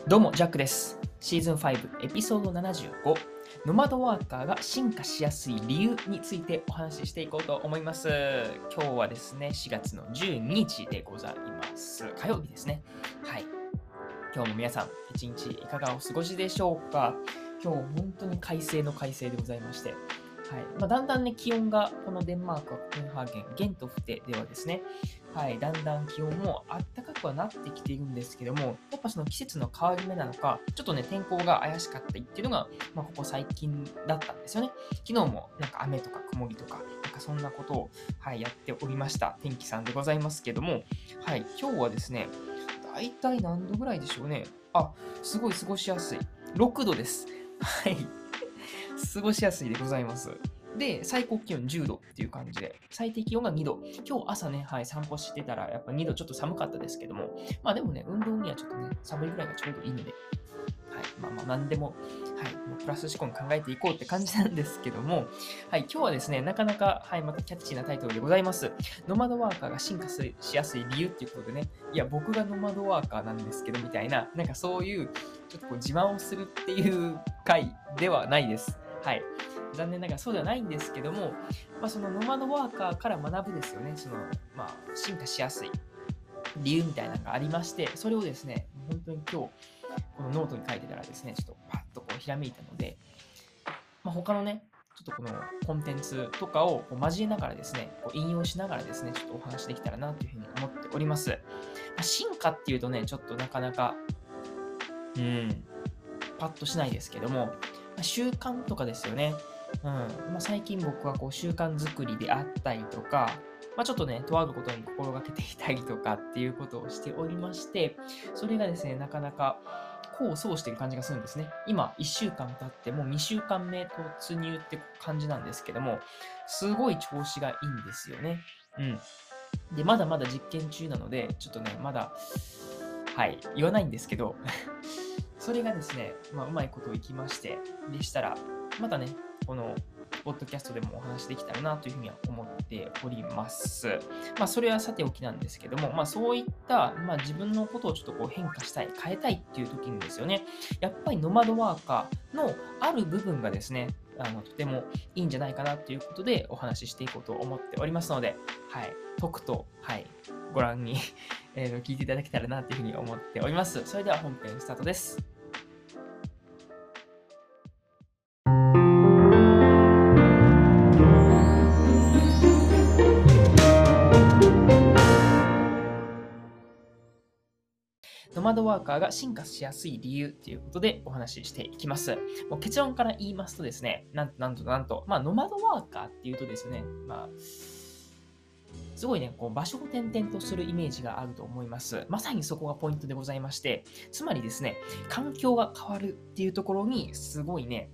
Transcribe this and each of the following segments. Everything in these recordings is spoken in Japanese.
どうも、ジャックです。シーズン5、エピソード75、ノマドワーカーが進化しやすい理由についてお話ししていこうと思います。今日はですね、4月の12日でございます。火曜日ですね。はい。今日も皆さん、一日いかがお過ごしでしょうか。今日本当に快晴の快晴でございまして、だんだんね、気温がこのデンマークはコペンハーゲン、ゲントフテではですね、だんだん気温も暖かくはなってきているんですけども、やっぱその季節の変わり目なのか、ちょっとね、天候が怪しかったりっていうのが、ここ最近だったんですよね。昨日もなんか雨とか曇りとか、なんかそんなことを、やっておりました。天気さんでございますけども、今日はですね、だいたい何度ぐらいでしょうね。すごい過ごしやすい。6度です。過ごしやすいでございます。で、最高気温10度っていう感じで、最低気温が2度。今日朝ね、散歩してたら、やっぱ2度ちょっと寒かったですけども、でもね、運動にはちょっとね、寒いぐらいがちょうどいいので、何でも、もうプラス思考に考えていこうって感じなんですけども、今日はですね、なかなか、またキャッチーなタイトルでございます。ノマドワーカーが進化しやすい理由っていうことでね、いや、僕がノマドワーカーなんですけど、みたいな、なんかそういう、ちょっとこう自慢をするっていう回ではないです。残念ながらそうではないんですけども、そのノマドワーカーから学ぶですよね、進化しやすい理由みたいなのがありまして、それをですね、本当に今日、このノートに書いてたらですね、ちょっとパッとこうひらめいたので、他のね、ちょっとこのコンテンツとかをこう交えながらですね、こう引用しながらですね、ちょっとお話できたらなというふうに思っております。進化っていうとね、ちょっとなかなか、パッとしないですけども、習慣とかですよね。最近僕はこう習慣作りであったりとか、ちょっとね、とあることに心がけていたりとかっていうことをしておりまして、それがですね、なかなか功を奏している感じがするんですね。今、1週間経ってもう2週間目突入って感じなんですけども、すごい調子がいいんですよね。で、まだまだ実験中なので、ちょっとね、まだ、言わないんですけど、それがですね、うまいこといきまして、でしたら、またね、この、ポッドキャストでもお話できたらなというふうには思っております。それはさておきなんですけども、そういった、自分のことをちょっとこう変化したい、変えたいっていう時にですよね、やっぱりノマドワーカーのある部分がですね、とてもいいんじゃないかなということでお話ししていこうと思っておりますので、とくと、ご覧に聞いていただけたらなというふうに思っております。それでは本編スタートです。ノマドワーカーが進化しやすい理由ということでお話ししていきます。もう結論から言いますとですね、なんと、ノマドワーカーっていうとですね、すごいね、こう場所を転々とするイメージがあると思います。まさにそこがポイントでございまして、つまりですね、環境が変わるっていうところに、すごいね、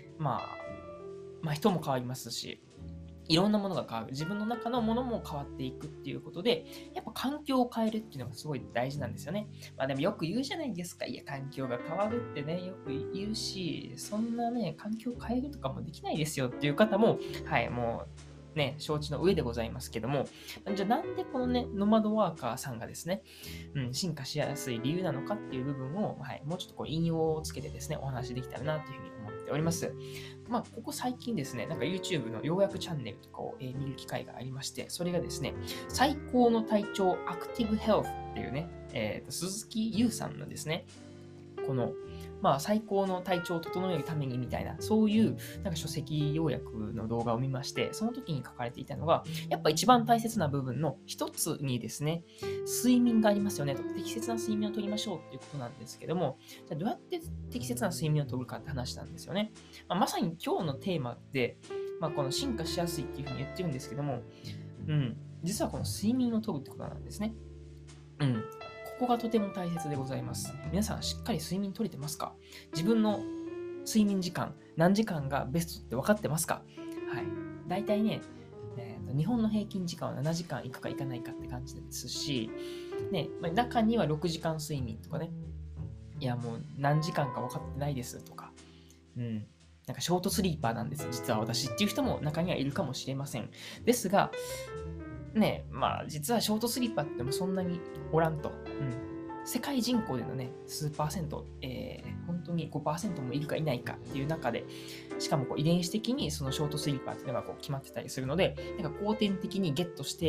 人も変わりますし、いろんなものが変わる。自分の中のものも変わっていくっていうことで、やっぱ環境を変えるっていうのがすごい大事なんですよね。でもよく言うじゃないですか。いや、環境が変わるってね、よく言うし、そんなね、環境を変えるとかもできないですよっていう方も、もう、ね、承知の上でございますけども、じゃあなんでこのね、ノマドワーカーさんがですね、進化しやすい理由なのかっていう部分を、もうちょっとこう引用をつけてですね、お話できたらなというふうに思っております。ここ最近ですね、なんか YouTube のようやくチャンネルとかを見る機会がありまして、それがですね、最高の体調アクティブヘルスっていうね、鈴木優さんのですね、この、最高の体調を整えるためにみたいな、そういうなんか書籍要約の動画を見まして、その時に書かれていたのが、やっぱ一番大切な部分の一つにですね、睡眠がありますよねと。適切な睡眠をとりましょうっていうことなんですけども、じゃあどうやって適切な睡眠をとるかって話なんですよね。まさに今日のテーマで、この進化しやすいっていうふうに言ってるんですけども、実はこの睡眠をとるってことなんですね。ここがとても大切でございます。皆さんしっかり睡眠とれてますか？自分の睡眠時間、何時間がベストって分かってますか？大体ね、日本の平均時間は7時間いくかいかないかって感じですし、中には6時間睡眠とかね、いやもう何時間か分かってないですとか、なんかショートスリーパーなんです、実は私っていう人も中にはいるかもしれません。ですが、実はショートスリーパーってもそんなにおらんと。 世界人口でのね、数パーセント、本当に 5% もいるかいないかっていう中で、しかも遺伝子的にそのショートスリーパーっていうのが決まってたりするので、なんか後天的にゲットして、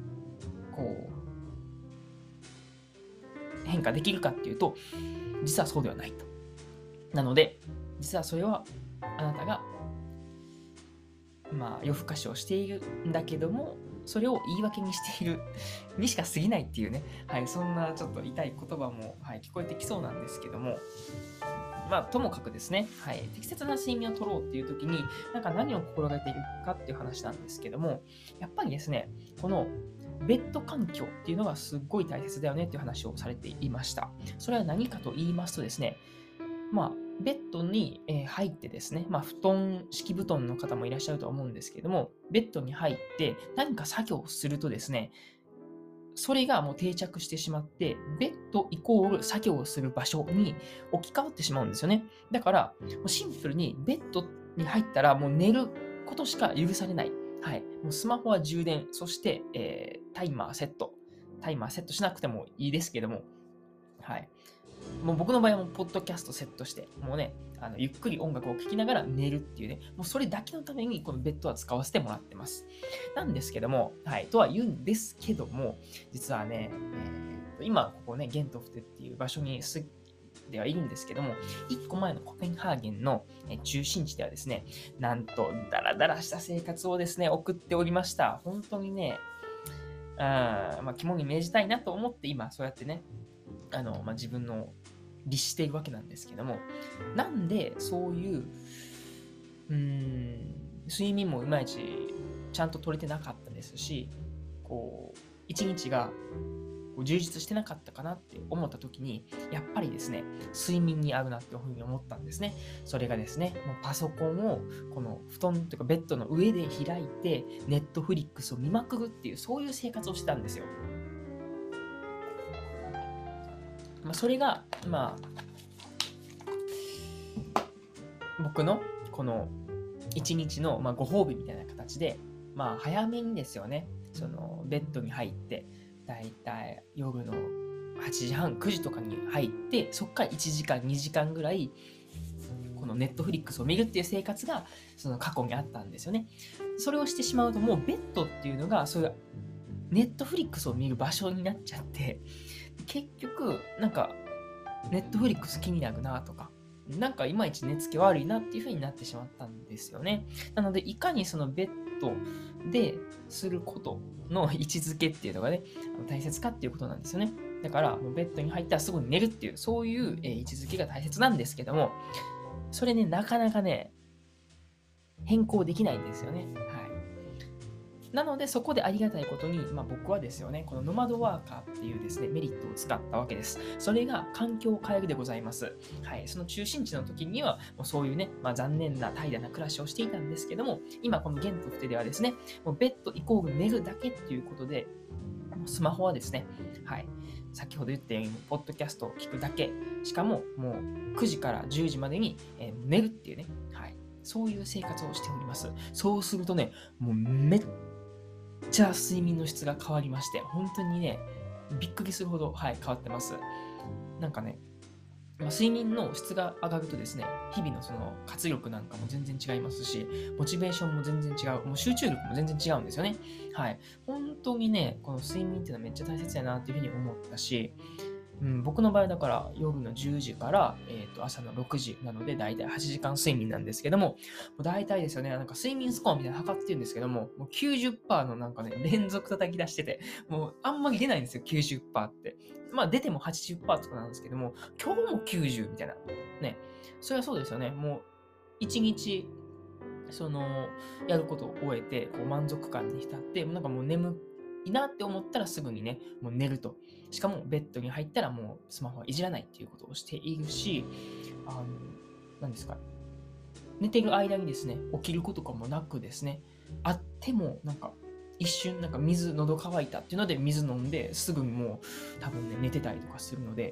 変化できるかっていうと、実はそうではないと。なので、実はそれはあなたが、夜更かしをしているんだけども、それを言い訳にしているにしか過ぎないっていうね、そんなちょっと痛い言葉も、聞こえてきそうなんですけども、ともかくですね、適切な睡眠をとろうっていう時に、何を心がけているかっていう話なんですけども、やっぱりですね、このベッド環境っていうのがすっごい大切だよねっていう話をされていました。それは何かと言いますとですね、ベッドに入ってですね、敷布団の方もいらっしゃると思うんですけども、ベッドに入って何か作業をするとですね、それがもう定着してしまって、ベッドイコール作業をする場所に置き換わってしまうんですよね。だから、シンプルにベッドに入ったらもう寝ることしか許されない。もうスマホは充電、そして、タイマーセットしなくてもいいですけども、もう僕の場合はもうポッドキャストセットして、もうね、ゆっくり音楽を聴きながら寝るっていうね、もうそれだけのためにこのベッドは使わせてもらってます。なんですけども、とは言うんですけども、実はね、今ここね、ゲントフテっていう場所にではいるんですけども、1個前のコペンハーゲンの中心地ではですね、なんとダラダラした生活をですね、送っておりました。本当にね、肝に銘じたいなと思って今、そうやってね、自分の律しているわけなんですけども、なんでそういう睡眠もいまいちちゃんと取れてなかったですし、一日が充実してなかったかなって思った時に、やっぱりですね、睡眠に合うなっていうふうに思ったんですね。それがですね、もうパソコンをこの布団というかベッドの上で開いて、ネットフリックスを見まくるっていう、そういう生活をしてたんですよ。それが、僕のこの一日のご褒美みたいな形で、早めにですよね、そのベッドに入って、だいたい夜の8時半、9時とかに入って、そっから1時間、2時間ぐらい、このネットフリックスを見るっていう生活が、その過去にあったんですよね。それをしてしまうと、もうベッドっていうのが、そういうネットフリックスを見る場所になっちゃって、結局、ネットフリックス気になるなとか、いまいち寝つき悪いなっていう風になってしまったんですよね。なので、いかにそのベッドですることの位置づけっていうのがね、大切かっていうことなんですよね。だから、もうベッドに入ったらすぐに寝るっていう、そういう位置づけが大切なんですけども、それね、なかなかね、変更できないんですよね。なので、そこでありがたいことに、僕はですよね、このノマドワーカーっていうですね、メリットを使ったわけです。それが環境を変えるでございます。その中心地の時には、もうそういうね、残念な怠惰な暮らしをしていたんですけども、今このゲントフテではですね、もうベッドイコール寝るだけっていうことで、スマホはですね、先ほど言ったように、ポッドキャストを聞くだけ、しかももう9時から10時までに寝るっていうね、そういう生活をしております。そうするとね、もうめっちゃ睡眠の質が変わりまして、本当にね、びっくりするほど、変わってます。睡眠の質が上がるとですね、日々のその活力なんかも全然違いますし、モチベーションも全然違う、もう集中力も全然違うんですよね。本当にね、この睡眠っていうのはめっちゃ大切やなっていうふうに思ったし、僕の場合だから夜の10時から、朝の6時なのでだいたい8時間睡眠なんですけども、だいたいですよね、睡眠スコアみたいなの測ってるんですけども、もう 90% の連続叩き出してて、もうあんまり出ないんですよ、90% って。出ても 80% とかなんですけども、今日も90みたいな。ね。それはそうですよね。もう1日、やることを終えて、満足感に浸って、もう眠いなって思ったらすぐにね、もう寝ると。しかもベッドに入ったらもうスマホはいじらないっていうことをしているし、何ですか、寝てる間にですね、起きることかもなくですね、あっても一瞬水喉乾いたっていうので水飲んですぐにもう多分ね寝てたりとかするので、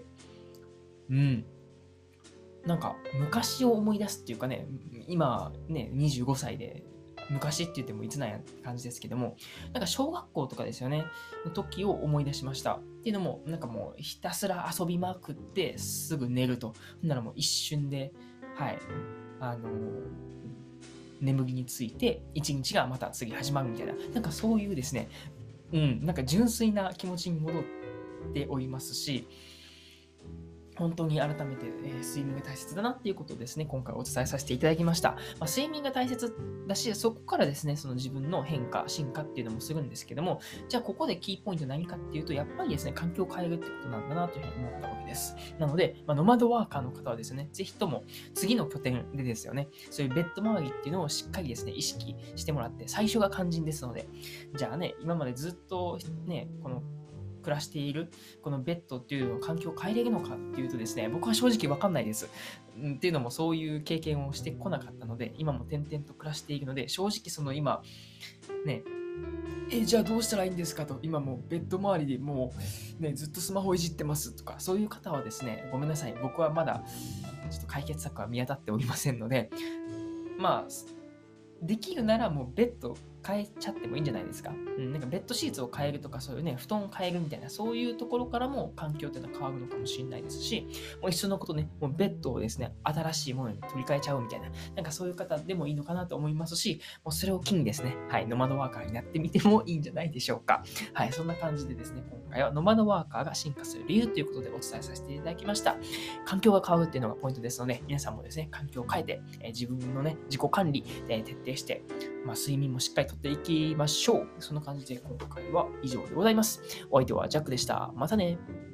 昔を思い出すっていうかね、今ね25歳で昔って言ってもいつなんやって感じですけども、なんか小学校とかですよね、の時を思い出しました。っていうのも、なんかもうひたすら遊びまくってすぐ寝ると。ほんならもう一瞬で、はい、あの眠りについて、一日がまた次始まるみたいな、なんかそういうですね、なんか純粋な気持ちに戻っておりますし、本当に改めて、睡眠が大切だなっていうことをですね、今回お伝えさせていただきました。睡眠が大切だし、そこからですね、その自分の変化、進化っていうのもするんですけども、じゃあここでキーポイントは何かっていうと、やっぱりですね、環境を変えるってことなんだなというふうに思ったわけです。なので、ノマドワーカーの方はですね、ぜひとも次の拠点でですよね、そういうベッド周りっていうのをしっかりですね、意識してもらって、最初が肝心ですので、じゃあね、今までずっとね、この暮らしているこのベッドっていうのを環境を変えれるのかっていうとですね、僕は正直わかんないです。っていうのもそういう経験をしてこなかったので、今も点々と暮らしているので、正直その今、ね、じゃあどうしたらいいんですかと、今もうベッド周りでもうね、ずっとスマホいじってますとか、そういう方はですね、ごめんなさい。僕はまだちょっと解決策は見当たっておりませんので、まあ、できるならもうベッド変えちゃってもいいんじゃないですか。なんかベッドシーツを変えるとか、そういうね、布団を変えるみたいな、そういうところからも環境っていうのは変わるのかもしれないですし、もう一緒のことね、もうベッドをですね、新しいものに取り替えちゃうみたいな、なんかそういう方でもいいのかなと思いますし、もうそれを機にですね、はい、ノマドワーカーになってみてもいいんじゃないでしょうか。はい、そんな感じでですね、今回はノマドワーカーが進化する理由ということでお伝えさせていただきました。環境が変わるっていうのがポイントですので、皆さんもですね、環境を変えて、自分のね、自己管理、徹底して、睡眠もしっかりとっていきましょう。そんな感じで今回は以上でございます。お相手はジャックでした。またね。